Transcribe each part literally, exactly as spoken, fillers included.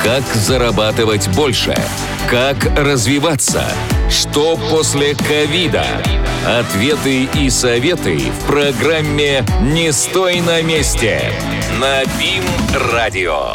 Как зарабатывать больше? Как развиваться? Что после ковида? Ответы и советы в программе «Не стой на месте» на БИМ-радио.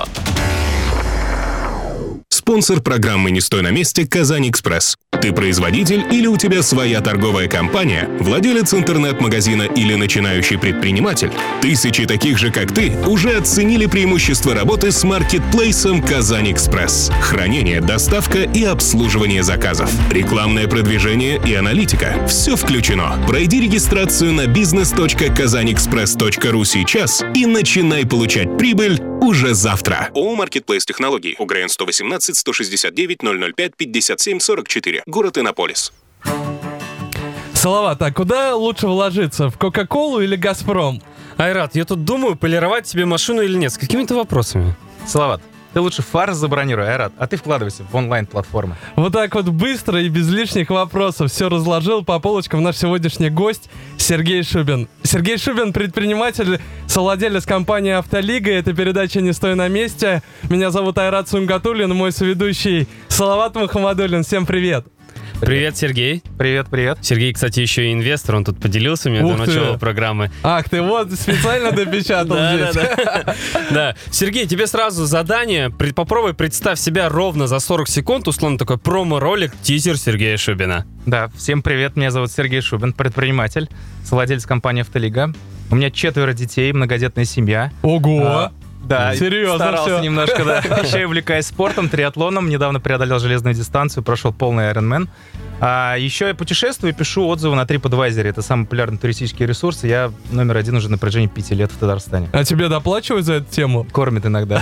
Спонсор программы «Не стой на месте» «Казань-Экспресс». Ты производитель или у тебя своя торговая компания, владелец интернет-магазина или начинающий предприниматель? Тысячи таких же, как ты, уже оценили преимущества работы с маркетплейсом «Казань-Экспресс». Хранение, доставка и обслуживание заказов. Рекламное продвижение и аналитика. Все включено. Пройди регистрацию на бизнес точка казаньэкспресс точка ру сейчас и начинай получать прибыль уже завтра. ООО «Маркетплейс Технологий». УГРН сто восемнадцать сто шестьдесят девять ноль ноль пять пятьдесят семь сорок четыре. Город Иннополис. Салават, а куда лучше вложиться? В Кока-Колу или Газпром? Айрат, я тут думаю, полировать тебе машину или нет. С какими-то вопросами. Салават, ты лучше фары забронируй, Айрат, а ты вкладывайся в онлайн-платформы. Вот так вот быстро и без лишних вопросов все разложил по полочкам наш сегодняшний гость Сергей Шубин. Сергей Шубин — предприниматель, совладелец компании «Автолига». Это передача «Не стой на месте». Меня зовут Айрат Сунгатуллин, мой соведущий Салават Мухаммадуллин. Всем привет. Привет, Сергей. Привет, привет. Сергей, кстати, еще и инвестор, он тут поделился мне до начала программы. Ах ты, вот специально допечатал здесь. Да, Сергей, тебе сразу задание. Попробуй представь себя ровно за сорок секунд, условно такой промо-ролик, тизер Сергея Шубина. Да, всем привет, меня зовут Сергей Шубин, предприниматель, совладелец компании «Автолига». У меня четверо детей, многодетная семья. Ого! Да, серьезно, старался все. немножко, да. Еще и увлекаюсь спортом, триатлоном. Недавно преодолел железную дистанцию, прошел полный Ironman. А еще я путешествую и пишу отзывы на TripAdvisor. Это самый популярный туристический ресурс. Я номер один уже на протяжении пяти лет в Татарстане. А тебе доплачивают за эту тему? Кормят иногда.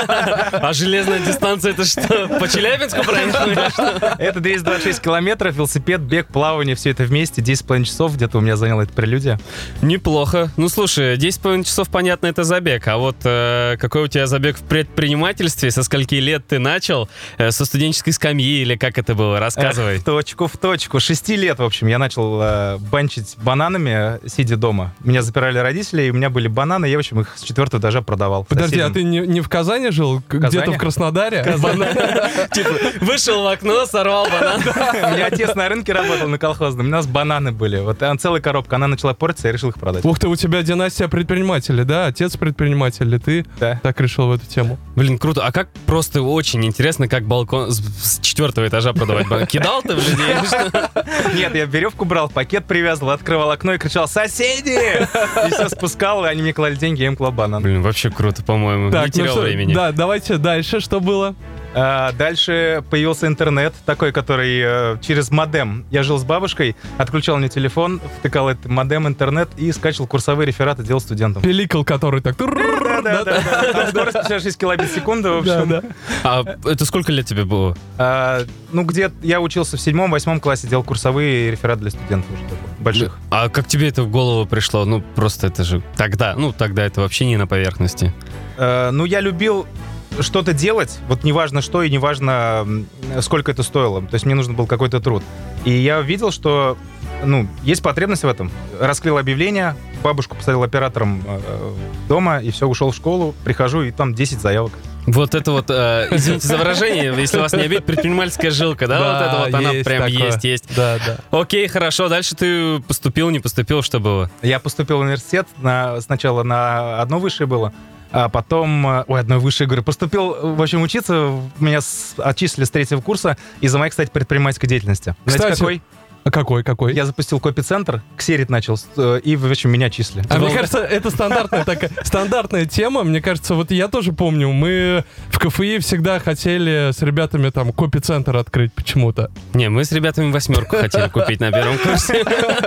А железная дистанция — это что, по Челябинску проехали? Это двести двадцать шесть километров, велосипед, бег, плавание, все это вместе. десять с половиной часов где-то у меня заняло это прелюдия. Неплохо. Ну, слушай, десять с половиной часов, понятно, это забег. А вот э, какой у тебя забег в предпринимательстве? Со скольки лет ты начал? Э, со студенческой скамьи или как это было? Рассказывай. Эх, в точку, в точку. Шести лет, в общем, я начал э, банчить бананами, сидя дома. Меня запирали родители, и у меня были бананы, я, в общем, их с четвертого этажа продавал. Подожди, соседям. а ты не, не в Казани жил? Где-то в Краснодаре? Типа, вышел в окно, сорвал банан. У меня отец на рынке работал, на колхозном. У нас бананы были. Вот целая коробка. Она начала портиться, я решил их продать. Ух ты, у тебя династия предпринимателей, да? Отец предприниматель, и ты Да. так решил в эту тему. Блин, круто. А как просто очень интересно, как балкон с, с четвертого этажа продавать банан? Кидал ты в людей или что? Нет, я веревку брал, пакет привязывал, открывал окно и кричал: «Соседи!» И все спускал, и они мне клали деньги, я им клал банан. Блин, вообще круто, по-моему. Так, Не терял ну что, времени. Да, давайте дальше, что было? А, дальше появился интернет, такой, который э, через модем. Я жил с бабушкой, отключал мне телефон, втыкал этот модем, интернет и скачивал курсовые рефераты, делал студентам. Пиликал, который так... Да-да-да. Скорость пятьдесят шесть килобит в секунду, в общем. Да, да. А это сколько лет тебе было? А, ну, где я учился в седьмом-восьмом классе, делал курсовые рефераты для студентов уже таких, больших. А как тебе это в голову пришло? Ну, просто это же тогда, ну, тогда это вообще не на поверхности. А, ну, я любил что-то делать, вот неважно что и неважно сколько это стоило. То есть мне нужен был какой-то труд. И я видел, что ну, есть потребность в этом. Расклеил объявление, бабушку посадил оператором э, дома, и все, ушел в школу. Прихожу, и там десять заявок. Вот это вот, э, извините за выражение, если вас не обидит, предпринимательская жилка, да? Да, вот это вот, она есть прям такое. есть, есть. Да, да. Окей, хорошо, дальше ты поступил, не поступил, что было? Я поступил в университет, на, сначала на одно высшее было, а потом... Ой, одно высшее, говорю. Поступил, в общем, учиться, меня с, отчислили с третьего курса из-за моей, кстати, предпринимательской деятельности. Знаете, Кстати, какой? А какой, какой? Я запустил копи-центр, ксерить начал, э, и, в общем, меня числили. А мне кажется, это стандартная такая стандартная тема. Мне кажется, вот я тоже помню, мы в КФИ всегда хотели с ребятами там копи-центр открыть почему-то. Не, мы с ребятами восьмерку хотели купить на первом курсе.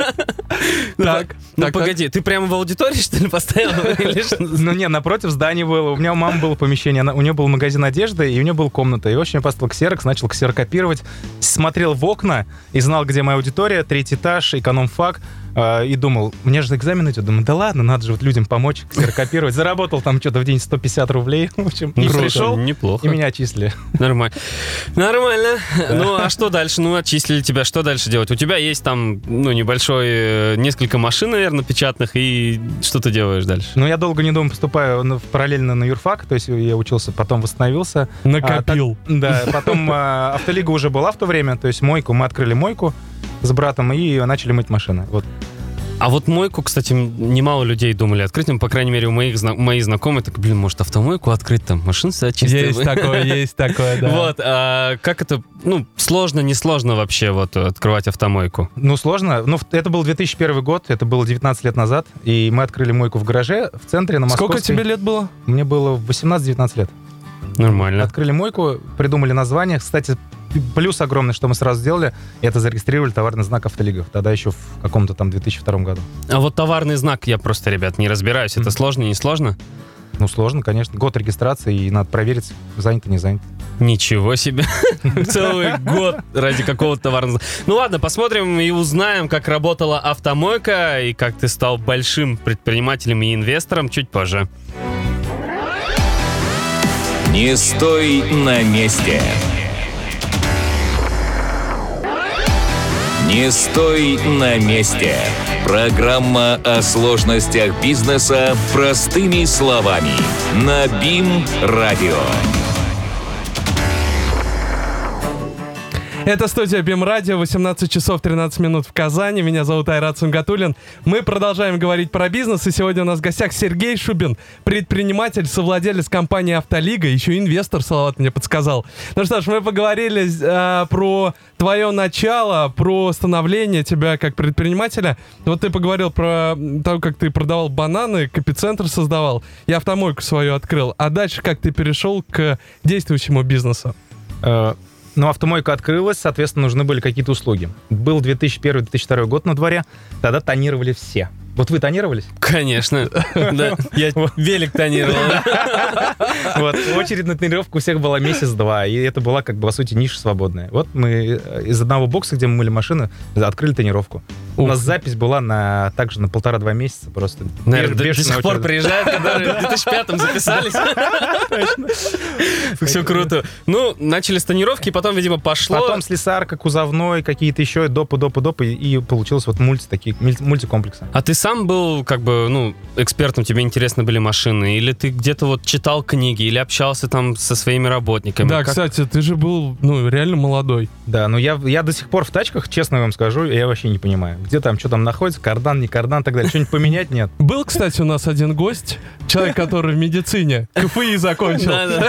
Так, Ну так, погоди, ты прямо в аудитории, что ли, поставил? Или что? Ну, не, напротив здания было. У меня у мамы было помещение, она, у нее был магазин одежды, и у нее была комната. И, в общем, я поставил ксерокс, начал ксерокопировать, смотрел в окна и знал, где моя аудитория, третий этаж, эконом-фак. э, и думал, мне же экзамен идет. Думаю, да ладно, надо же вот людям помочь, ксерокопировать. Заработал там что-то в день сто пятьдесят рублей. В общем, и Круто, пришел, неплохо. и меня отчислили. Нормально. Нормально. Ну, а что дальше? Ну, отчислили тебя. Что дальше делать? У тебя есть там, ну, небольшой, э, несколько машин, наверное, печатных, и что ты делаешь дальше? Ну, я долго не думаю, поступаю на- параллельно на юрфак, то есть я учился, потом восстановился. Накопил. А, так- да, потом а, автолига уже была в то время, то есть мойку, мы открыли мойку с братом и начали мыть машины. Вот. А вот мойку, кстати, немало людей думали открыть, ну, по крайней мере, у моих зна- мои знакомые, так, блин, может, автомойку открыть, там, машины всегда чистые. Есть такое, есть такое, да. Вот, а как это, ну, сложно, не сложно вообще вот открывать автомойку? Ну, сложно. Ну, в- это был две тысячи первый год, это было девятнадцать лет назад, и мы открыли мойку в гараже в центре на Московской. Сколько тебе лет было? Мне было восемнадцать-девятнадцать лет. Нормально. Открыли мойку, придумали название. Кстати, плюс огромный, что мы сразу сделали, это зарегистрировали товарный знак автолигов. Тогда еще в каком-то там две тысячи втором году. А вот товарный знак, я просто, ребят, не разбираюсь. Это Мгм. сложно, не сложно? Ну, сложно, конечно. Год регистрации, и надо проверить, занято, не занято. Ничего себе. Целый год ради какого-то товарного знака. Ну ладно, посмотрим и узнаем, как работала автомойка и как ты стал большим предпринимателем и инвестором чуть позже. Не стой на месте. Не стой на месте. Программа о сложностях бизнеса простыми словами. На БИМ-радио. Это студия БИМ-радио, восемнадцать часов тринадцать минут в Казани. Меня зовут Айрат Сунгатуллин. Мы продолжаем говорить про бизнес, и сегодня у нас в гостях Сергей Шубин, предприниматель, совладелец компании «Автолига», еще инвестор, Салават мне подсказал. Ну что ж, мы поговорили э, про твое начало, про становление тебя как предпринимателя. Вот ты поговорил про то, как ты продавал бананы, копицентр создавал, и автомойку свою открыл. А дальше как ты перешел к действующему бизнесу? Э, Ну, автомойка открылась, соответственно, нужны были какие-то услуги. Был две тысячи первый - две тысячи второй год на дворе, тогда тонировали все. Вот вы тонировались? Конечно. Да, я велик тонировал. Вот, очередь на тонировку у всех была месяц-два, и это была, как бы, по сути, ниша свободная. Вот мы из одного бокса, где мы мыли машины, открыли тонировку. У нас запись была на также на полтора-два месяца просто. Наверное, до, до Бешеная сих пор очередь. приезжают, которые в две тысячи пятом записались. Все круто. Ну, начали с тонировки, потом, видимо, пошло. Потом слесарка, кузовной, какие-то еще допы, допы, допы, и получилось вот мульти, такие, мульти- мультикомплексы. А ты сам был, как бы, ну, экспертом, тебе интересны были машины? Или ты где-то вот читал книги, или общался там со своими работниками? Да, Как- кстати, ты же был, ну, реально молодой. Да, но я, я до сих пор в тачках, честно вам скажу, я вообще не понимаю. Где там, что там находится, кардан, не кардан, и так далее. Что-нибудь поменять? Нет. Был, кстати, у нас один гость, человек, который в медицине КФИ закончил.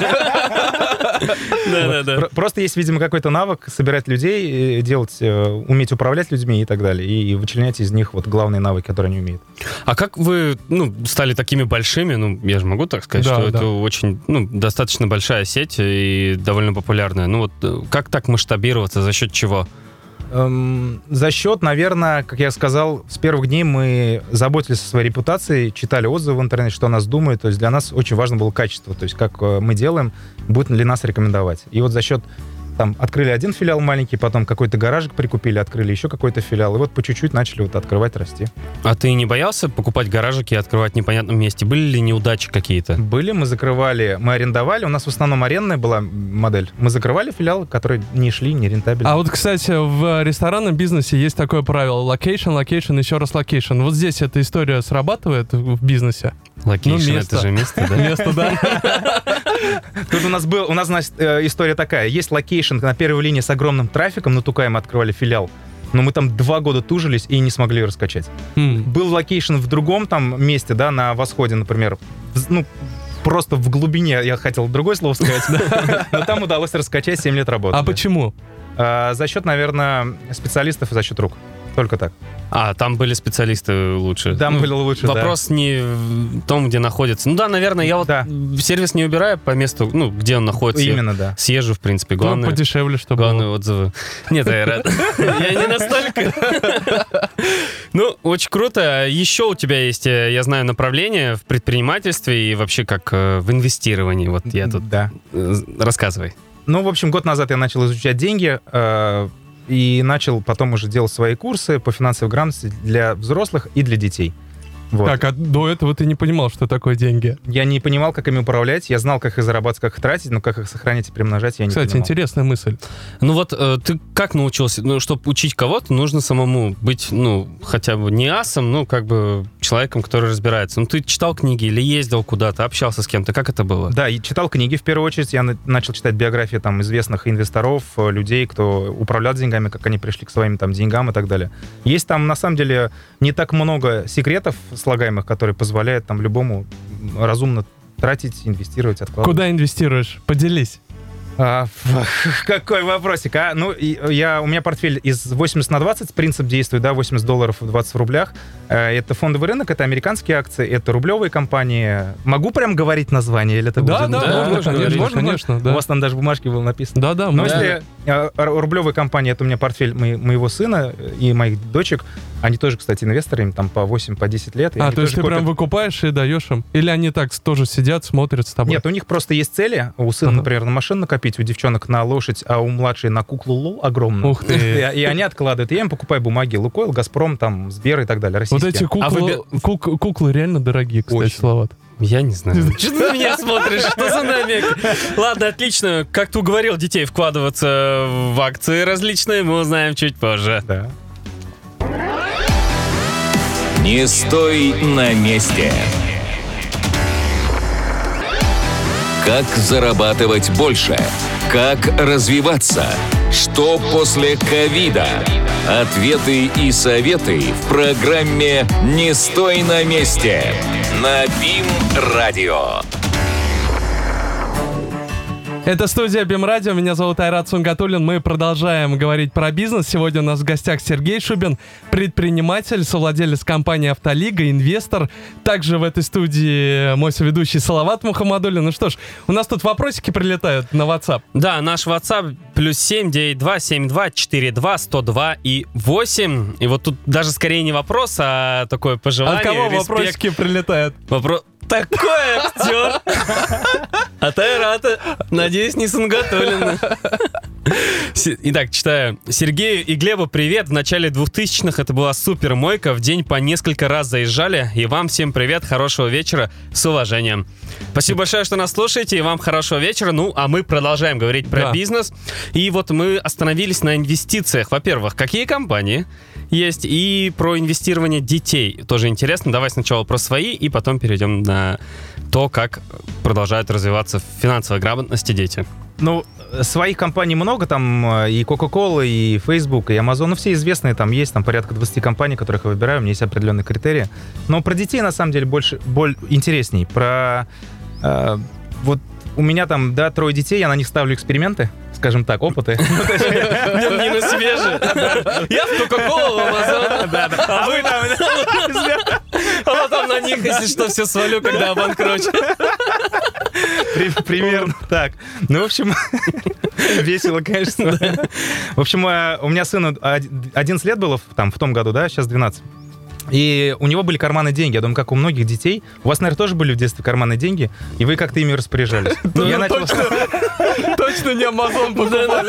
Да-да-да. Про- Просто есть, видимо, какой-то навык собирать людей, э, делать, э, уметь управлять людьми и так далее, и, и вычленять из них вот главные навыки, которые они умеют. А как вы, ну, стали такими большими? Ну, я же могу так сказать, Да, что да. это очень, ну, достаточно большая сеть и довольно популярная. Ну вот, э, как так масштабироваться, за счет чего? Эм, за счет, наверное, как я сказал, с первых дней мы заботились о своей репутации, читали отзывы в интернете, что о нас думают. То есть для нас очень важно было качество, то есть как э, мы делаем, будет ли нас рекомендовать. И вот за счет, там, открыли один филиал маленький, потом какой-то гаражик прикупили, открыли еще какой-то филиал, и вот по чуть-чуть начали вот открывать, расти. А ты не боялся покупать гаражики и открывать в непонятном месте? Были ли неудачи какие-то? Были, мы закрывали, мы арендовали, у нас в основном арендная была модель. Мы закрывали филиалы, которые не шли, не рентабельны. А вот, кстати, в ресторанном бизнесе есть такое правило: локейшн, локейшн, еще раз локейшн. Вот здесь эта история срабатывает в бизнесе? Локейшн, Ну, место. это же место, да? Место, да? Тут у нас был, у нас, значит, э, история такая. Есть локейшн на первой линии с огромным трафиком, на Тукае мы открывали филиал. Но мы там два года тужились и не смогли ее раскачать. М. Был локейшн в другом там месте, да, на Восходе, например. В- Ну, просто в глубине, я хотел другое слово сказать, но там удалось раскачать семь лет работы. А почему? А, За счет, наверное, специалистов и за счет рук. Только так. А, там были специалисты лучше. Там Ну, были лучше, да. Вопрос не в том, где находится. Ну да, наверное, я вот Да. сервис не убираю по месту, ну, где он находится. Я Именно, да. съезжу, в принципе. Ну, Главное, подешевле, чтобы главные было. отзывы. Нет, я рад. Я не настолько. Ну, очень круто. Еще у тебя есть, э, я знаю, направление в предпринимательстве и вообще как э, в инвестировании. Вот я тут... Да. э, Рассказывай. Ну, в общем, год назад я начал изучать деньги. Э, и начал потом уже делать свои курсы по финансовой грамотности для взрослых и для детей. Вот. Так, а до этого ты не понимал, что такое деньги? Я не понимал, как ими управлять. Я знал, как их зарабатывать, как их тратить, но как их сохранять и примножать, я не Кстати, понимал. интересная мысль. Ну вот э, ты как научился? Ну, чтобы учить кого-то, нужно самому быть, ну, хотя бы не асом, ну, как бы человеком, который разбирается. Ну, ты читал книги или ездил куда-то, общался с кем-то? Как это было? Да, и читал книги в первую очередь. Я на- начал читать биографии там известных инвесторов, э, людей, кто управлял деньгами, как они пришли к своим там деньгам и так далее. Есть там, на самом деле, не так много секретов слагаемых, которые позволяют там любому разумно тратить, инвестировать, откладывать. Куда инвестируешь? Поделись. А, какой вопросик, а? Ну, и я, у меня портфель из восемьдесят на двадцать, принцип действует, да, восемьдесят долларов в двадцать в рублях. Это фондовый рынок, это американские акции, это рублевые компании. Могу прям говорить название? Или это Да, будет- да, Да, можно, можно конечно, говорить. можно, конечно, да. У вас там даже в бумажке было написано. Да, да, Но мы- если э, р- рублевая компания, это у меня портфель мо- моего сына и моих дочек. Они тоже, кстати, инвесторы, им там по восемь, по десять лет. и А, они то есть тоже ты прям копят. выкупаешь и даешь им? Или они так тоже сидят, смотрят с тобой? Нет, у них просто есть цели. У сына, Ага. например, на машину накопить, у девчонок на лошадь, а у младшей на куклу Лол огромную. Ух ты. И, и они откладывают. И я им покупаю бумаги Лукойл, Газпром, там, Сбер и так далее, Вот российские. эти куклы, А вы кук- куклы реально дорогие, кстати, Очень. Салават. Я не знаю. Что ты на меня смотришь? Что за намек? Ладно, отлично. Как ты уговорил детей вкладываться в акции различные, мы узнаем чуть позже. Да. Не стой на месте. Как зарабатывать больше? Как развиваться? Что после ковида? Ответы и советы в программе «Не стой на месте» на БИМ-радио. Это студия БИМ-радио, меня зовут Айрат Сунгатуллин. Мы продолжаем говорить про бизнес. Сегодня у нас в гостях Сергей Шубин, предприниматель, совладелец компании «Автолига», инвестор. Также в этой студии мой соведущий Салават Мухаммадуллин. Ну что ж, у нас тут вопросики прилетают на WhatsApp. Да, наш WhatsApp плюс семь девять два семь два четыре два сто два и восемь. И вот тут даже скорее не вопрос, а такое пожелание. От кого респект. вопросики прилетают? Вопрос. Такой актер! От Айрата. Надеюсь, не Сунгатуллина. Се- Итак, читаю. Сергею и Глебу привет. В начале двухтысячных это была супер мойка. В день по несколько раз заезжали. И вам всем привет, хорошего вечера. С уважением. Спасибо большое, что нас слушаете. И вам хорошего вечера. Ну, а мы продолжаем говорить про Да. бизнес. И вот мы остановились на инвестициях. Во-первых, какие компании есть, и про инвестирование детей. Тоже интересно. Давай сначала про свои, и потом перейдем на то, как продолжают развиваться в финансовой грамотности дети. Ну, своих компаний много, там э, и Coca-Cola, и Facebook, и Amazon, ну, все известные, там есть, там порядка двадцать компаний, которых я выбираю, у меня есть определенные критерии. Но про детей, на самом деле, больше, боль, интересней. Про, э, вот у меня там, да, трое детей, я на них ставлю эксперименты, скажем так, опыты. Не на свежие. Я в Кока-Колу, в Амазон. А вы там... А потом на них, если что, все свалю, когда обанкрочу. При- Примерно так. Ну, в общем, весело, конечно. В общем, э, у меня сыну од- одиннадцать лет было в- там в том году, да, сейчас двенадцать. И у него были карманные деньги. Я думаю, как у многих детей. У вас, наверное, тоже были в детстве карманные деньги, и вы как-то ими распоряжались. Я начал... Точно не Amazon покупали.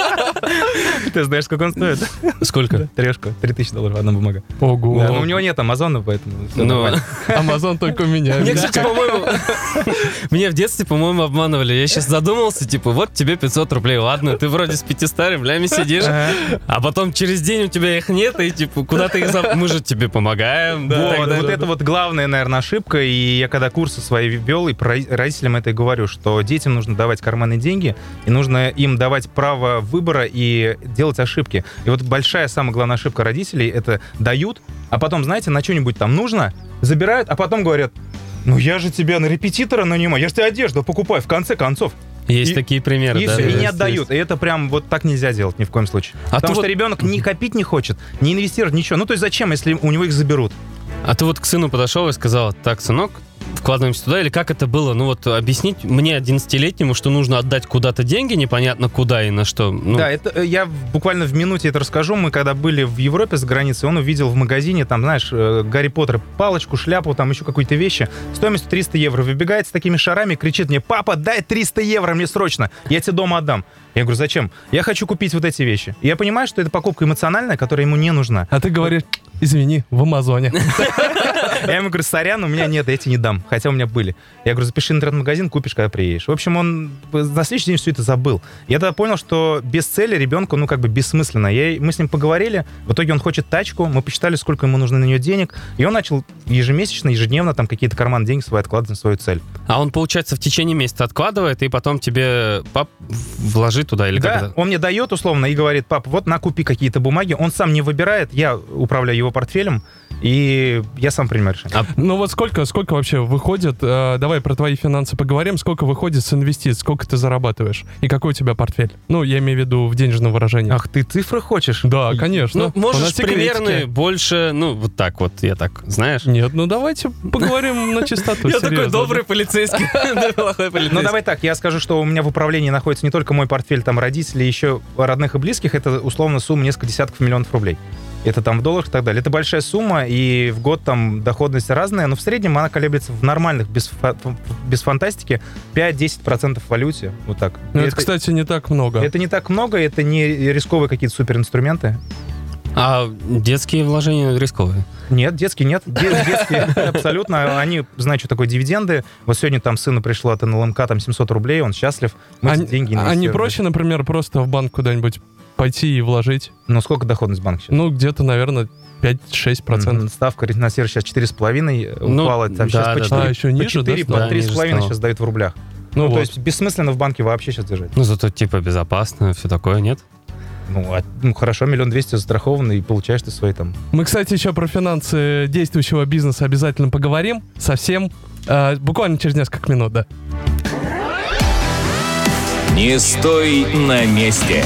Ты знаешь, сколько он стоит? Сколько? Трешку. три тысячи долларов одна бумага. Ого. Да, но у него нет Амазона, поэтому всё Ну, нормально. Amazon только у меня. Мне, видишь, кстати, как. по-моему... Мне в детстве, по-моему, обманывали. Я сейчас задумался, типа, вот тебе пятьсот рублей. Ладно, ты вроде с пятистами рублями сидишь, а потом через день у тебя их нет, и, типа, куда ты их... за- Мы же тебе помогаем. Вот, Так вот далее. это вот главная, наверное, ошибка. И я когда курсы свои вел, и про- родителям это и говорю, что детям нужно давать карманные деньги, и нужно им давать право выбора и делать ошибки. И вот большая, самая главная ошибка родителей — это дают, а потом, знаете, на что-нибудь там нужно, забирают, а потом говорят: ну я же тебя на репетитора нанимаю, я же тебе одежду покупаю, в конце концов. Есть И- такие примеры, И да. всё, да, и не есть, отдают. И это прям вот так нельзя делать ни в коем случае. А Потому ты что вот- ребенок ни копить не хочет, не инвестировать, ничего. Ну то есть зачем, если у него их заберут? А ты вот к сыну подошел и сказал: так, сынок, вкладываемся туда, или как это было? Ну вот объяснить мне, одиннадцатилетнему, что нужно отдать куда-то деньги, непонятно куда и на что. Ну. Да, это я буквально в минуте это расскажу. Мы когда были в Европе с границей, он увидел в магазине, там, знаешь, Гарри Поттер, палочку, шляпу, там еще какие-то вещи, стоимостью триста евро. Выбегает с такими шарами, кричит мне: папа, дай триста евро мне срочно, я тебе дома отдам. Я говорю: зачем? Я хочу купить вот эти вещи. И я понимаю, что это покупка эмоциональная, которая ему не нужна. А ты говоришь: извини, в Амазоне. Я ему говорю: сорян, у меня нет, я тебе не дам. Хотя у меня были. Я говорю: запиши интернет-магазин, купишь, когда приедешь. В общем, он на следующий день все это забыл. Я тогда понял, что без цели ребенку, ну, как бы бессмысленно. Я, мы с ним поговорили, в итоге он хочет тачку, мы посчитали, сколько ему нужно на нее денег, и он начал ежемесячно, ежедневно там какие-то карманные деньги свои откладывать на свою цель. А он, получается, в течение месяца откладывает, и потом тебе, пап, вложи туда, или да, как это? Он мне дает условно и говорит: пап, вот накупи какие-то бумаги. Он сам не выбирает, я управляю его портфелем, и я сам принимаю решение. А, Ну вот сколько, сколько вообще выходит, э, давай про твои финансы поговорим, сколько выходит с инвестиций, сколько ты зарабатываешь и какой у тебя портфель? Ну, я имею в виду в денежном выражении. Ах, ты цифры хочешь? Да, конечно. ну, можешь У нас примерно секретики. больше, ну, вот так вот, я так, знаешь? Нет, ну давайте поговорим на чистоту. Я такой серьезно. добрый полицейский, ты плохой полицейский. Ну, давай так, я скажу, что у меня в управлении находится не только мой портфель, там, родителей, еще родных и близких, это условно сумма несколько десятков миллионов рублей. Это там в долларах и так далее. Это большая сумма, и в год там доходность разная, но в среднем она колеблется в нормальных, без, фа- без фантастики, пять-десять процентов в валюте. Вот так. Ну, это, это, кстати, не так много. это не так много, это не рисковые какие-то суперинструменты. А детские вложения рисковые? Нет, детские нет. Де- Детские абсолютно. Они знают, что такое дивиденды. Вот сегодня там сыну пришло от эн эл эм ка там семьсот рублей, он счастлив. Мы А, эти деньги а не инвестируем. проще, например, просто в банк куда-нибудь пойти и вложить? Ну, сколько доходность банка сейчас? Ну, где-то, наверное, пять-шесть процентов. Мгм. Ставка рефинансирования сейчас четыре с половиной Ну, упала. Там да, сейчас да, по да. четыре, А, еще по ниже, да, четыре, стало? по три с Ниже половиной стало. сейчас дают в рублях. Ну, Ну, вот. то есть бессмысленно в банке вообще сейчас держать. Ну, зато типа безопасно, все такое, нет? Ну, а- ну, хорошо, миллион двести застрахован, и получаешь ты свои там. Мы, кстати, еще про финансы действующего бизнеса обязательно поговорим. Совсем. э, буквально через несколько минут, да. Не стой на месте.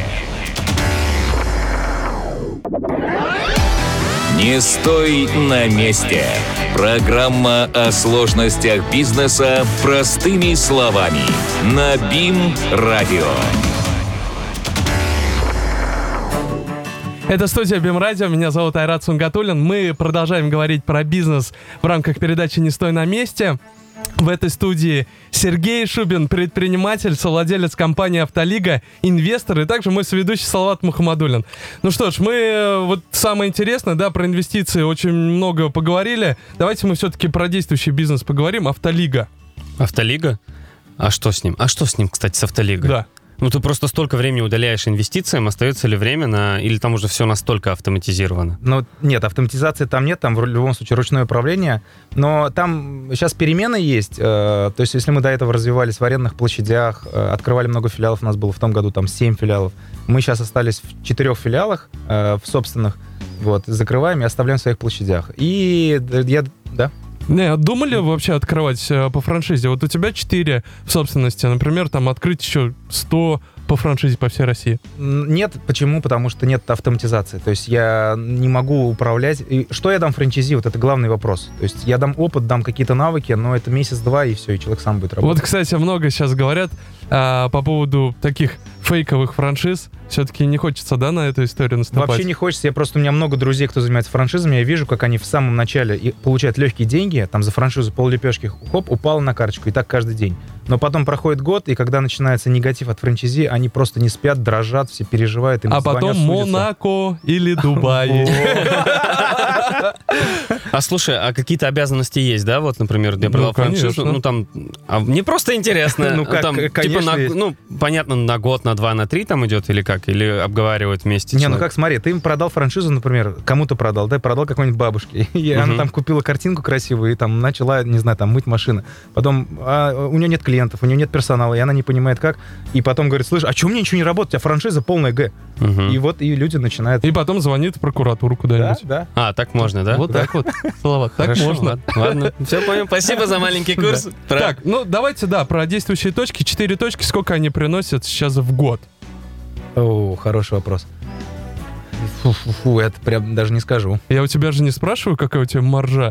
Не стой на месте. Программа о сложностях бизнеса простыми словами. На БИМ-радио. Это студия БИМ-радио, меня зовут Айрат Сунгатуллин. Мы продолжаем говорить про бизнес в рамках передачи «Не стой на месте». В этой студии Сергей Шубин, предприниматель, совладелец компании «Автолига», инвестор, и также мой соведущий Салават Мухаммадуллин. Ну что ж, мы э, вот самое интересное, да, про инвестиции очень много поговорили. Давайте мы все-таки про действующий бизнес поговорим. «Автолига». Автолига? А что с ним? А что с ним, кстати, с Автолигой? Да. Ну, ты просто столько времени удаляешь инвестициям, остается ли время на... Или там уже все настолько автоматизировано? Ну, нет, автоматизации там нет, там в любом случае ручное управление. Но там сейчас перемены есть. э, То есть, если мы до этого развивались в арендных площадях, э, открывали много филиалов, у нас было в том году там семь филиалов. Мы сейчас остались в четырех филиалах, э, в собственных. Вот, закрываем и оставляем в своих площадях. И э, я... Да? Не, думали вообще открывать э, по франшизе? Вот у тебя четыре в собственности, например, там открыть еще сто по франшизе по всей России. Н- Нет. Почему? Потому что нет автоматизации. То есть я не могу управлять. И что я дам франчайзи? Вот это главный вопрос. То есть я дам опыт, дам какие-то навыки, но это месяц-два, и все, и человек сам будет работать. Вот, кстати, много сейчас говорят а, по поводу таких фейковых франшиз. Все-таки не хочется, да, на эту историю наступать? Вообще не хочется. Я просто, у меня много друзей, кто занимается франшизами. Я вижу, как они в самом начале и получают легкие деньги, там за франшизу пол-лепешки, хоп, упало на карточку, и так каждый день. Но потом проходит год, и когда начинается негатив от франчайзи, они просто не спят, дрожат, все переживают. Им А звонят, потом судятся. Монако или Дубай. А слушай, а какие-то обязанности есть, да? Вот, например, я продал Ну, франшизу, конечно. ну там... А мне просто интересно. Ну, как, там, типа, конечно, на- есть. ну, понятно, на год, на два, на три там идет или как? Или обговаривают вместе? Не, ну человек? как, смотри, ты им продал франшизу, например, кому-то продал, да, продал какой-нибудь бабушке, и она Мгм. там купила картинку красивую и там начала, не знаю, там мыть машины. Потом а, у нее нет клиентов, у нее нет персонала, и она не понимает как. И потом говорит: слышь, а что мне ничего не работает? У тебя франшиза полная Г. Мгм. И вот и люди начинают... И потом звонит в прокуратуру Да, куда-нибудь. да. А, так можно, да? Вот так вот. Салават, так Хорошо, можно. ладно, ладно. Все понял. Спасибо за маленький курс. Про- Так, ну давайте, да, про действующие точки. Четыре точки, сколько они приносят сейчас в год? О, хороший вопрос. Фу-фу-фу, это прям даже не скажу. Я у тебя же не спрашиваю, какая у тебя маржа.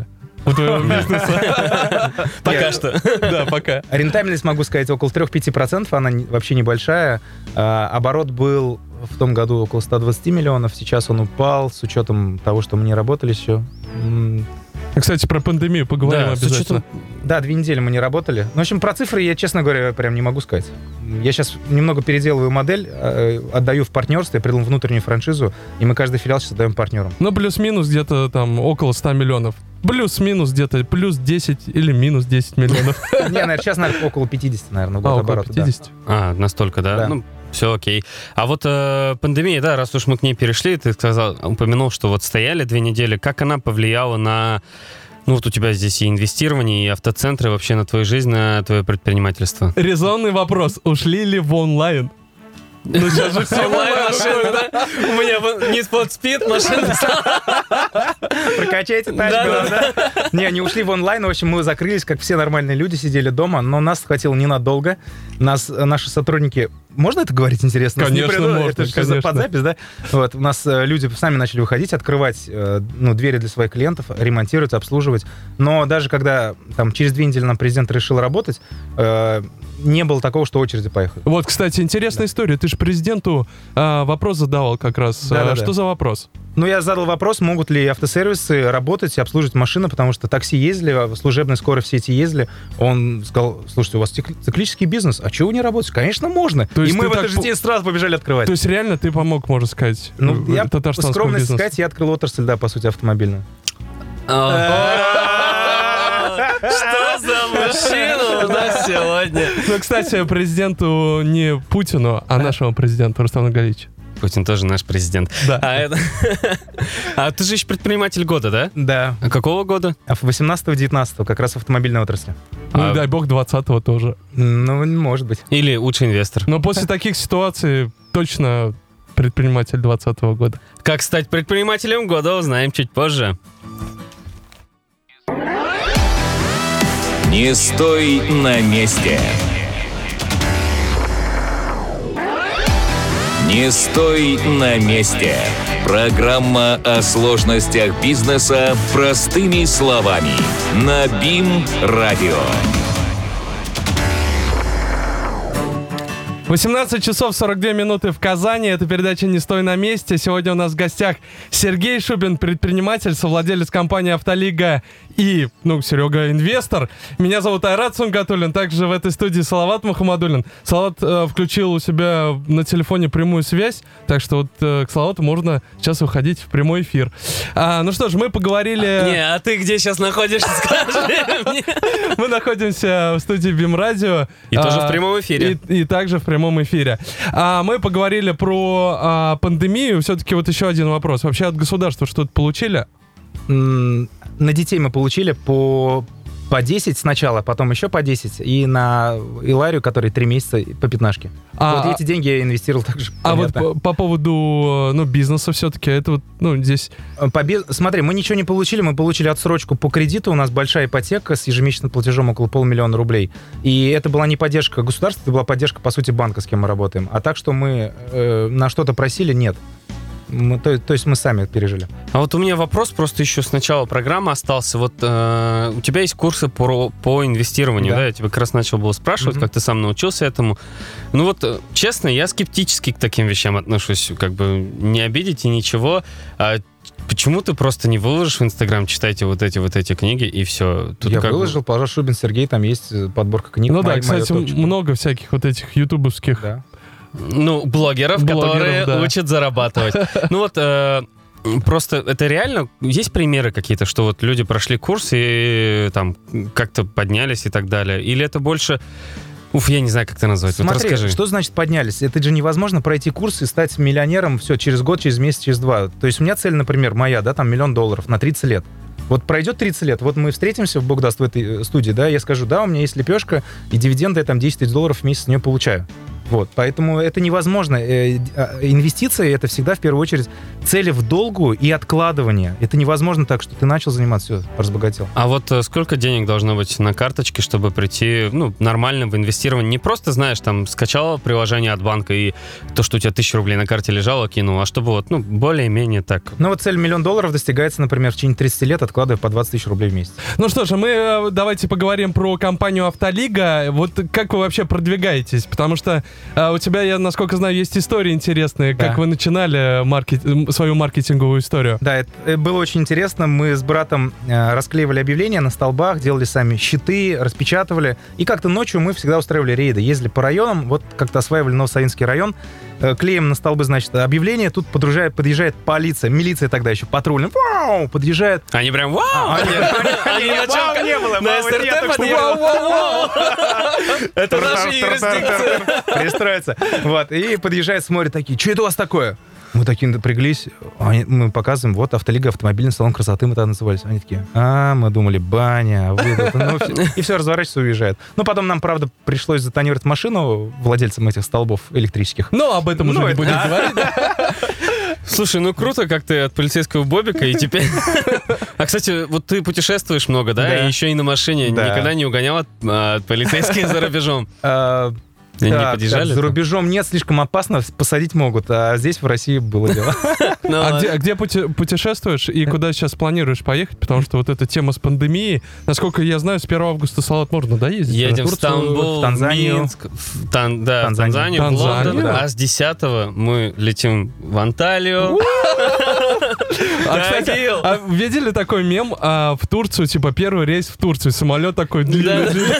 у твоего бизнеса. Пока что. Да, пока. Рентабельность, могу сказать, около три-пять процентов, она не- вообще небольшая. А, оборот был в том году около сто двадцать миллионов, сейчас он упал, с учетом того, что мы не работали еще. М, Кстати, про пандемию поговорим Да, с обязательно. учетом- Да, две недели мы не работали. Ну, в общем, про цифры я, честно говоря, прям не могу сказать. Я сейчас немного переделываю модель, э, отдаю в партнерство, я придумал внутреннюю франшизу, и мы каждый филиал сейчас отдаем партнерам. Ну, плюс-минус где-то там около ста миллионов. Плюс-минус где-то плюс десять или минус десять миллионов. Не, наверное, сейчас, наверное, около пятьдесят, наверное, в А, год около оборота, да. пятьдесят. А, настолько, да? Да. Ну, все окей. А вот э, пандемия, да, раз уж мы к ней перешли, ты сказал, упомянул, что вот стояли две недели. Как она повлияла на... Ну, вот у тебя здесь и инвестирование, и автоцентры, вообще на твою жизнь, на твое предпринимательство. Резонный вопрос. Ушли ли в онлайн? Ну, сейчас же все Онлайн-машина, да? У меня не спот спид, машина. Прокачайте тачку, да? Не, не ушли в онлайн. В общем, мы закрылись, как все нормальные люди, сидели дома, но нас хватило ненадолго. Нас, наши сотрудники... Можно это говорить, интересно? Нас не Конечно, предо- можно, Это же конечно. под запись, да? Вот, у нас э, люди сами начали выходить, открывать э, ну, двери для своих клиентов, ремонтировать, обслуживать. Но даже когда там через две недели нам президент решил работать, э, не было такого, что очереди поехали. Вот, кстати, интересная история. Ты же президенту а, вопрос задавал как раз. А, Да-да-да. что за вопрос? Ну, я задал вопрос, могут ли автосервисы работать и обслуживать машины, потому что такси ездили, служебные скорые в сети ездили. Он сказал, слушайте, у вас цикли- циклический бизнес, а чего вы не работаете? Конечно, можно. То И есть мы ты в этот так же по- день сразу побежали открывать. То есть реально ты помог, можно сказать, Ну, в- я татарстанскому скромность бизнесу? сказать, я открыл отрасль, да, по сути, автомобильную. Что за мужчина у нас сегодня? Ну, кстати, президенту не Путину, а нашему президенту Рустаму Галичу. Путин тоже наш президент. Да. А, это... а ты же еще предприниматель года, да? Да. А какого года? А восемнадцатого-девятнадцатого как раз в автомобильной отрасли. Ну, А- и дай бог, двадцатого тоже. Ну, может быть. Или лучший инвестор? Но после таких ситуаций точно предприниматель двадцатого года. Как стать предпринимателем года, узнаем чуть позже. Не стой на месте. Не стой на месте. Программа о сложностях бизнеса простыми словами. На БИМ-радио. восемнадцать часов сорок две минуты в Казани. Это передача «Не стой на месте». Сегодня у нас в гостях Сергей Шубин, предприниматель, совладелец компании «Автолига» и, ну, Серега, инвестор. Меня зовут Айрат Сунгатуллин. Также в этой студии Салават Мухаммадуллин. Салават э, включил у себя на телефоне прямую связь, так что вот э, к Салавату можно сейчас выходить в прямой эфир. А, ну что ж, мы поговорили... Не, а ты где сейчас находишься, скажи мне. Мы находимся в студии БИМ-радио. И тоже А, в прямом эфире. И, и также в прямом эфире. А, мы поговорили про а, пандемию. Все-таки вот еще один вопрос. Вообще от государства что-то получили? М, На детей мы получили по, по десять сначала, потом еще по десять, и на Иларию, который три месяца, по пятнашке. А, Вот эти деньги я инвестировал также. а вот понятно. по, по поводу ну, бизнеса все-таки, это вот, ну, здесь... По без- Смотри, мы ничего не получили, мы получили отсрочку по кредиту, у нас большая ипотека с ежемесячным платежом около полмиллиона рублей. И это была не поддержка государства, это была поддержка, по сути, банка, с кем мы работаем. А так, что мы э, на что-то просили, нет. Мы- то, то есть мы сами пережили. А вот у меня вопрос просто еще с начала программы остался. Вот э, у тебя есть курсы по, по инвестированию, да. Да. Я тебя как раз начал было спрашивать, Мгм. как ты сам научился этому. Ну вот, э, честно, я скептически к таким вещам отношусь. Как бы не обидите ничего. А почему ты просто не выложишь в Инстаграм, читайте вот эти вот эти книги и все? Я выложил, положил Шубин Сергей, там есть э, подборка книг. Ну да, мои- моё кстати, топчик. много всяких вот этих ютубовских... Да. Ну, блогеров, Блогеров, которые да. учат зарабатывать. Ну вот, э, просто это реально... Есть примеры какие-то, что вот люди прошли курс и там как-то поднялись и так далее? Или это больше... Уф, я не знаю, как это назвать. Вот Смотри, расскажи. что значит поднялись? Это же невозможно пройти курс и стать миллионером все через год, через месяц, через два. То есть у меня цель, например, моя, да, там миллион долларов на тридцать лет. Вот пройдет тридцать лет, вот мы встретимся, Бог даст, в этой э, студии, да, я скажу, да, у меня есть лепешка, и дивиденды я там десять тысяч долларов в месяц с нее получаю. Вот, поэтому это невозможно. Э, Инвестиции — это всегда в первую очередь цели в долгу и откладывание. Это невозможно так, что ты начал заниматься, все, разбогател. А вот э, сколько денег должно быть на карточке, чтобы прийти, ну, нормально в инвестирование? Не просто, знаешь, там, скачал приложение от банка и то, что у тебя тысяча рублей на карте лежало, кинул, а чтобы вот, ну, более-менее так. Ну вот цель миллион долларов достигается, например, в течение тридцати лет, откладывая по двадцать тысяч рублей в месяц. Ну что же, мы э, давайте поговорим про компанию «Автолига». Вот как вы вообще продвигаетесь? Потому что э, у тебя, я насколько знаю, есть истории интересные, Да. как вы начинали маркет... м, свою маркетинговую историю. Да, это э, было очень интересно. Мы с братом э, расклеивали объявления на столбах, делали сами щиты, распечатывали. И как-то ночью мы всегда устраивали рейды. Ездили по районам, вот как-то осваивали Новосавинский район. Э, клеим на столбы, значит, объявление. Тут подъезжает, подъезжает полиция, милиция тогда еще патрульная. Вау! Подъезжает. Они прям вау! А, Они- они не, на чем- вау не было, на вау, это я СРТ только что подъехал. вау, Это наша юрисдикция. Пристроится. Вот. И подъезжает, смотрит такие, что это у вас такое? Мы такие напряглись, они- мы показываем, вот «Автолига», автомобильный салон красоты, мы тогда назывались. Они такие, а, мы думали, баня, а вы тут, ну, всё». И все, разворачивается, уезжает. Но потом нам, правда, пришлось затонировать машину владельцам этих столбов электрических. Ну, об этом уже Ну, не это- будем говорить. да. Слушай, ну круто, как ты от полицейского бобика, и теперь... А, кстати, вот ты путешествуешь много, да? Да. И еще и на машине. Да. Никогда не угонял от, а, от полицейских за рубежом? А, Не так, подъезжали так, за там? рубежом нет, слишком опасно, посадить могут, а здесь в России было дело. Ну, А где, а где пути- путешествуешь и куда сейчас планируешь поехать? Потому что вот эта тема с пандемией, насколько я знаю, с первого августа Салат можно доездить. Едем в Турцию, Стамбул, в Танзанию. в Минск, в Тан- да, в Танзанию. Танзанию, в Танзанию, Лондон. да. А с десятого мы летим в Анталию. А, кстати, Тагил. а видели такой мем а, в Турцию, типа первый рейс в Турцию, самолет такой длинный. Да. длинный.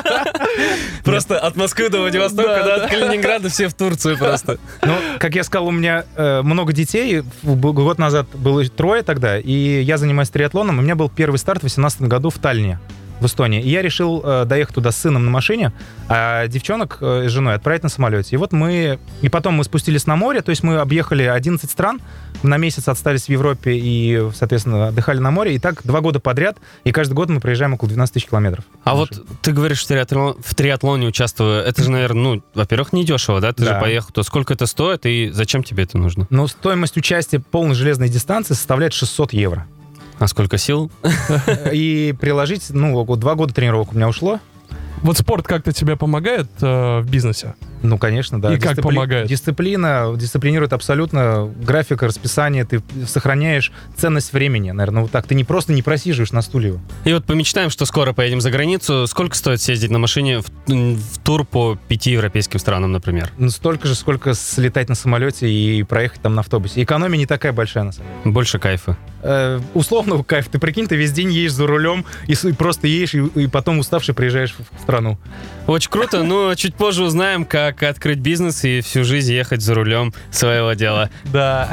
Просто от Москвы до Владивостока, Да, да, да. от Калининграда все в Турцию просто. Ну, как я сказал, у меня э, много детей. В- Год назад было трое тогда, и я занимаюсь триатлоном. У меня был первый старт в восемнадцатом году в Таллине, в Эстонии. И я решил э, доехать туда с сыном на машине, а девчонок э, с женой отправить на самолете. И вот мы... И потом мы спустились на море, то есть мы объехали одиннадцать стран, на месяц отстались в Европе и, соответственно, отдыхали на море. И так два года подряд, и каждый год мы проезжаем около двенадцать тысяч километров. А вот ты говоришь, что триатлон- в триатлоне участвую. Это же, наверное, ну, во-первых, недешево, да? Ты Да. же поехал. То сколько это стоит и зачем тебе это нужно? Но стоимость участия полной железной дистанции составляет шестьсот евро. А сколько сил? И приложить, ну, около два года тренировок у меня ушло. Вот спорт как-то тебе помогает э, в бизнесе? Ну, конечно, да. И как помогает? Дисциплина дисциплинирует абсолютно график, расписание. Ты сохраняешь ценность времени, наверное, вот так. Ты не просто не просиживаешь на стуле его. И вот помечтаем, что скоро поедем за границу. Сколько стоит съездить на машине в, в тур по пяти европейским странам, например? Ну, столько же, сколько слетать на самолете и проехать там на автобусе. Экономия не такая большая, на самом деле. Больше кайфа. Э, условно, кайф. Ты прикинь, ты весь день едешь за рулем и, с- и просто едешь, и, и потом уставший приезжаешь в, в страну. Очень круто, но чуть позже узнаем, как открыть бизнес и всю жизнь ехать за рулем своего дела. Да.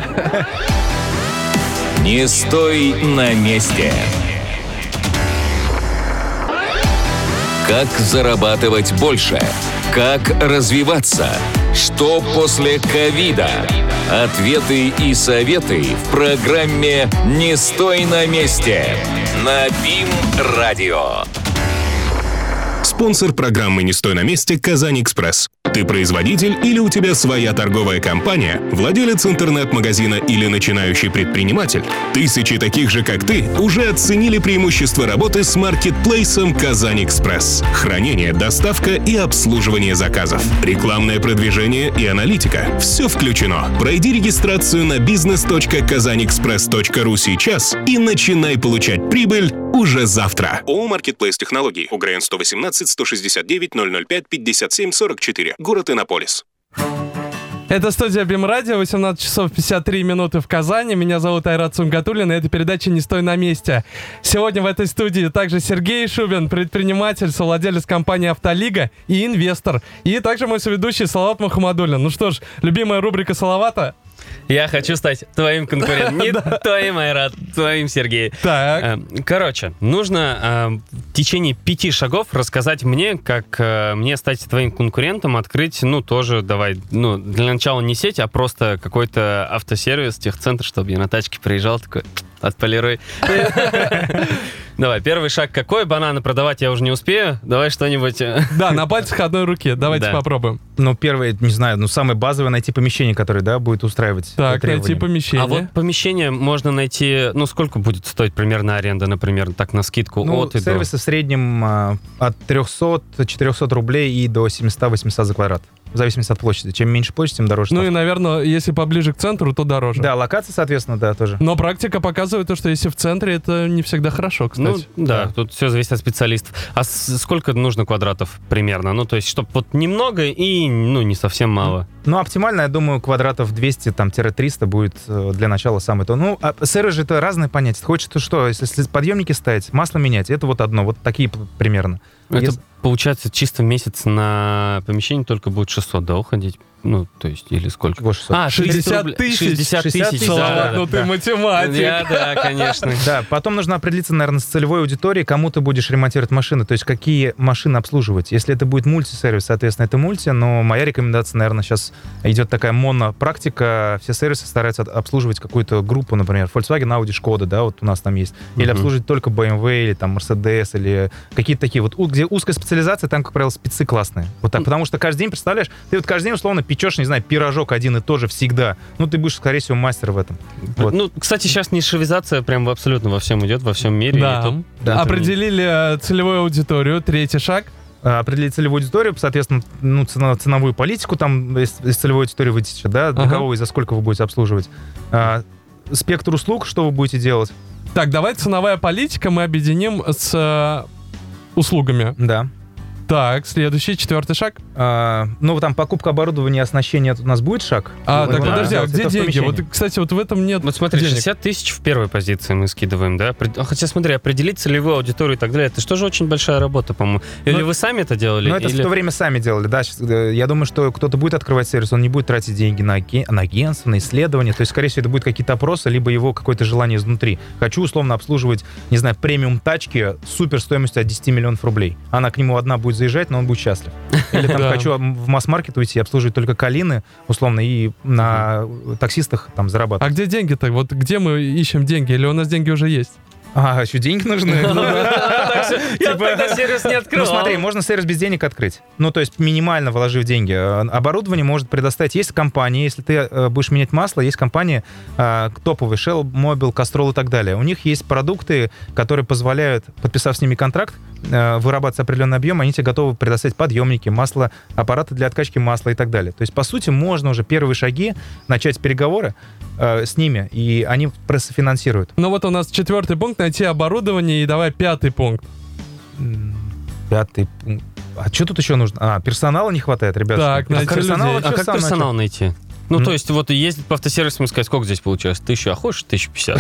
Не стой на месте. Как зарабатывать больше? Как развиваться? Что после ковида? Ответы и советы в программе «Не стой на месте» на БИМ-радио. Спонсор программы «Не стой на месте» «Казань-Экспресс». Ты производитель или у тебя своя торговая компания, владелец интернет-магазина или начинающий предприниматель? Тысячи таких же, как ты, уже оценили преимущества работы с маркетплейсом «Казань-Экспресс». Хранение, доставка и обслуживание заказов. Рекламное продвижение и аналитика. Все включено. Пройди регистрацию на бизнес точка казаньэкспресс точка ру сейчас и начинай получать прибыль уже завтра. ООО «Маркетплейс Технологий». УГРН сто восемнадцать сто шестьдесят девять ноль ноль пять пятьдесят семь сорок четыре. Город Иннополис. Это студия БИМ-радио, восемнадцать часов пятьдесят три минуты в Казани. Меня зовут Айрат Сунгатуллин, и это передача «Не стой на месте». Сегодня в этой студии также Сергей Шубин, предприниматель, совладелец компании «Автолига» и инвестор. И также мой соведущий Салават Мухаммадуллин. Ну что ж, любимая рубрика Салавата. Я хочу стать твоим конкурентом. Не твоим, Айрат, твоим, Сергей. Так. Э, Короче, нужно э, в течение пяти шагов рассказать мне, как э, мне стать твоим конкурентом, открыть, ну, тоже, давай, ну, для начала не сеть, а просто какой-то автосервис, техцентр, чтобы я на тачке приезжал, такой, Отполируй. Давай, первый шаг какой? Бананы продавать я уже не успею. Давай что-нибудь... Да, на пальцах одной руки. Давайте Да. попробуем. Ну, первое, не знаю, ну, самое базовое — найти помещение, которое, да, будет устраивать Так, требования. найти помещение. А вот помещение можно найти... Ну, сколько будет стоить примерно аренда, например, так на скидку Ну, от и до? сервисы в среднем а, от трехсот-четырехсот рублей и до семьсот-восемьсот за квадрат. В зависимости от площади. Чем меньше площадь, тем дороже. Ну и, ставка. наверное, если поближе к центру, то дороже. Да, локация, соответственно, да, тоже. Но практика показывает то, что если в центре, это не всегда хорошо, Ну, кстати. да, Да. тут все зависит от специалистов. А с- сколько нужно квадратов примерно? Ну, то есть, чтобы вот немного и, ну, не совсем мало. Ну, оптимально, я думаю, квадратов двести, там, тире-триста будет э, для начала самое то. Ну, а сервис же это разное понятие. Ты хочешь, то что, если с- подъемники ставить, масло менять, это вот одно, вот такие п- примерно. Это, Если- получается, чисто в месяц на помещение только будет шестьсот, да, уходить? Ну, то есть, или сколько? Всего шестьсот. А, шестьдесят рублей. тысяч. шестьдесят шестьдесят тысяч, тысяч, да, Салават, да, ну да. ты математик. Я, да, конечно. Да, потом нужно определиться, наверное, с целевой аудиторией, кому ты будешь ремонтировать машины, то есть какие машины обслуживать. Если это будет мультисервис, соответственно, это мульти, но моя рекомендация, наверное, сейчас идет такая монопрактика, все сервисы стараются обслуживать какую-то группу, например, Volkswagen, Audi, Skoda, да, вот у нас там есть, или Мгм. обслуживать только бэ эм вэ, или там Mercedes, или какие-то такие вот, у- где узкая специализация, там, как правило, спецы классные. Вот так, потому что каждый день, представляешь, ты вот каждый день, условно, печешь, не знаю, пирожок один и тот же всегда, ну, ты будешь, скорее всего, мастер в этом. Вот. Ну, кстати, сейчас нишевизация прям абсолютно во всем идет, во всем мире. Да. И тут- Да. Определили э, целевую аудиторию. Третий шаг. А, определить целевую аудиторию, соответственно, ну, цена- ценовую политику там из, из целевой аудитории вытечет, да, для Ага. кого и за сколько вы будете обслуживать. А, спектр услуг, что вы будете делать. Так, давай ценовая политика мы объединим с э, услугами. Да. Так, следующий, четвертый шаг. А, ну, там покупка оборудования, оснащения, это у нас будет шаг. А, Вот так это подожди, а делать, где это в деньги? помещении. Вот, кстати, вот в этом нет Вот смотри, денег. шестьдесят тысяч в первой позиции мы скидываем, да? Пред- а Хотя, смотри, определить целевую аудиторию и так далее, это же тоже очень большая работа, по-моему. Или Ну, вы сами это делали? Ну, это или... в то время сами делали, да. Щас, э, я думаю, что кто-то будет открывать сервис, он не будет тратить деньги на, аген- на агентство, на исследования. То есть, скорее всего, это будет какие-то опросы, либо его какое-то желание изнутри. Хочу, условно, обслуживать, не знаю, премиум тачки с супер стоимостью от десяти миллионов рублей. Она к нему одна будет заезжать, но он будет счастлив. Или там Да. хочу в масс-маркет уйти, обслуживать только Калины, условно, и на таксистах там зарабатывать. А где деньги-то? Вот где мы ищем деньги? Или у нас деньги уже есть? А, еще деньги нужны? Я тогда сервис не открыл. Ну смотри, можно сервис без денег открыть. Ну, то есть минимально вложив деньги. Э, Оборудование может предоставить. Есть компании, если ты э, будешь менять масло, есть компании э, топовые, Shell, Mobil, Castrol и так далее. У них есть продукты, которые позволяют, подписав с ними контракт, э, вырабатывать определенный объем, они тебе готовы предоставить подъемники, масло, аппараты для откачки масла и так далее. То есть, по сути, можно уже первые шаги начать переговоры э, с ними, и они профинансируют. Ну вот у нас четвертый пункт — найти оборудование. И давай пятый пункт. М, Пятый пункт. А что тут еще нужно? А, персонала не хватает, ребят. Так, А найти персонал людей. вообще А как сам персонал найти? Ну, М. то есть, вот ездить по автосервисам и сказать, сколько здесь получается? Тысяча, а хочешь тысячу пятьдесят?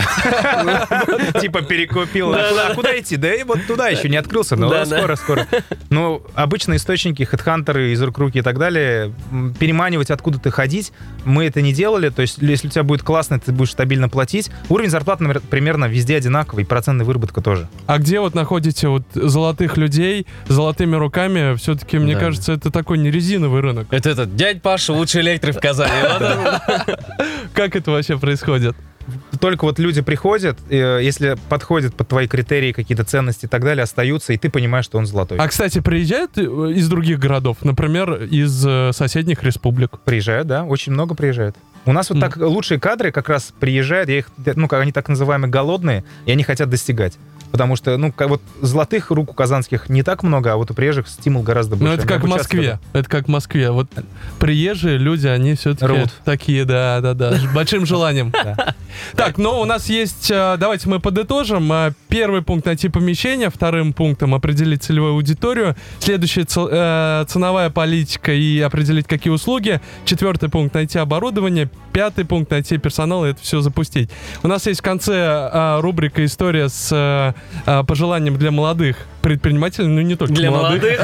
начал. Типа перекупил. А куда- а куда идти? Да и вот туда еще не открылся, но Да, да. скоро, скоро. Ну, обычные источники, хедхантеры, из рук руки и так далее, м, переманивать откуда-то ходить, мы это не делали. То есть, если у тебя будет классно, ты будешь стабильно платить. Уровень зарплат, например, примерно везде одинаковый, процентная выработка тоже. А где вот находите вот золотых людей с золотыми руками? Все-таки, мне Да. кажется, это такой не резиновый рынок. Это этот, дядь Паша, лучший электрик в Казани. Вот он. Как это вообще происходит? Только вот люди приходят, э, если подходят под твои критерии, какие-то ценности и так далее, остаются, и ты понимаешь, что он золотой. А, кстати, приезжают э, из других городов, например, из э, соседних республик? Приезжают, да, очень много приезжают. У нас вот Мгм. так лучшие кадры как раз приезжают, я их, ну, как они так называемые голодные, и они хотят достигать. Потому что, ну, как вот золотых рук у казанских не так много, а вот у приезжих стимул гораздо больше. Ну, это Они как в обучаться Москве. Это как в Москве. Вот приезжие люди, они все-таки Рвут. такие, да, да, да, с большим желанием. Да. Так, но у нас есть, э, давайте мы подытожим. Э, Первый пункт — найти помещение, вторым пунктом — определить целевую аудиторию, следующий — ц- э, ценовая политика и определить, какие услуги, четвертый пункт — найти оборудование, пятый пункт — найти персонал и это все запустить. У нас есть в конце э, рубрика «История» с э, э, пожеланием для молодых предпринимателей, ну не только Для молодых.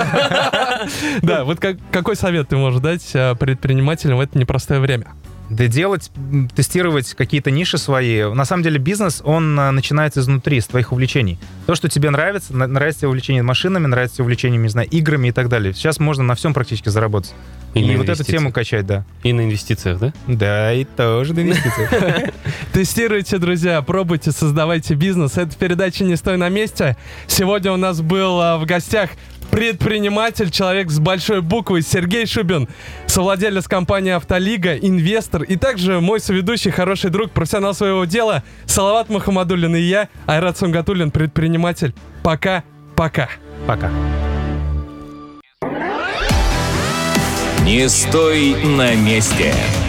Да, вот как- какой совет ты можешь дать э, предпринимателям в это непростое время? Да делать, м, тестировать какие-то ниши свои. На самом деле бизнес, он а, начинается изнутри, с твоих увлечений. То, что тебе нравится, на- нравится тебе увлечение машинами, нравится тебе увлечение, не знаю, играми и так далее. Сейчас можно на всем практически заработать. И, И на вот эту инвестициях. тему качать, да. И на инвестициях, да? Да, и тоже на инвестициях. Тестируйте, друзья, пробуйте, создавайте бизнес. Это передача «Не стой на месте». Сегодня у нас был а, в гостях предприниматель, человек с большой буквы Сергей Шубин, совладелец компании «Автолига», инвестор и также мой соведущий, хороший друг, профессионал своего дела Салават Мухаммадуллин и я, Айрат Сунгатуллин, предприниматель. Пока-пока. Пока. Не стой на месте.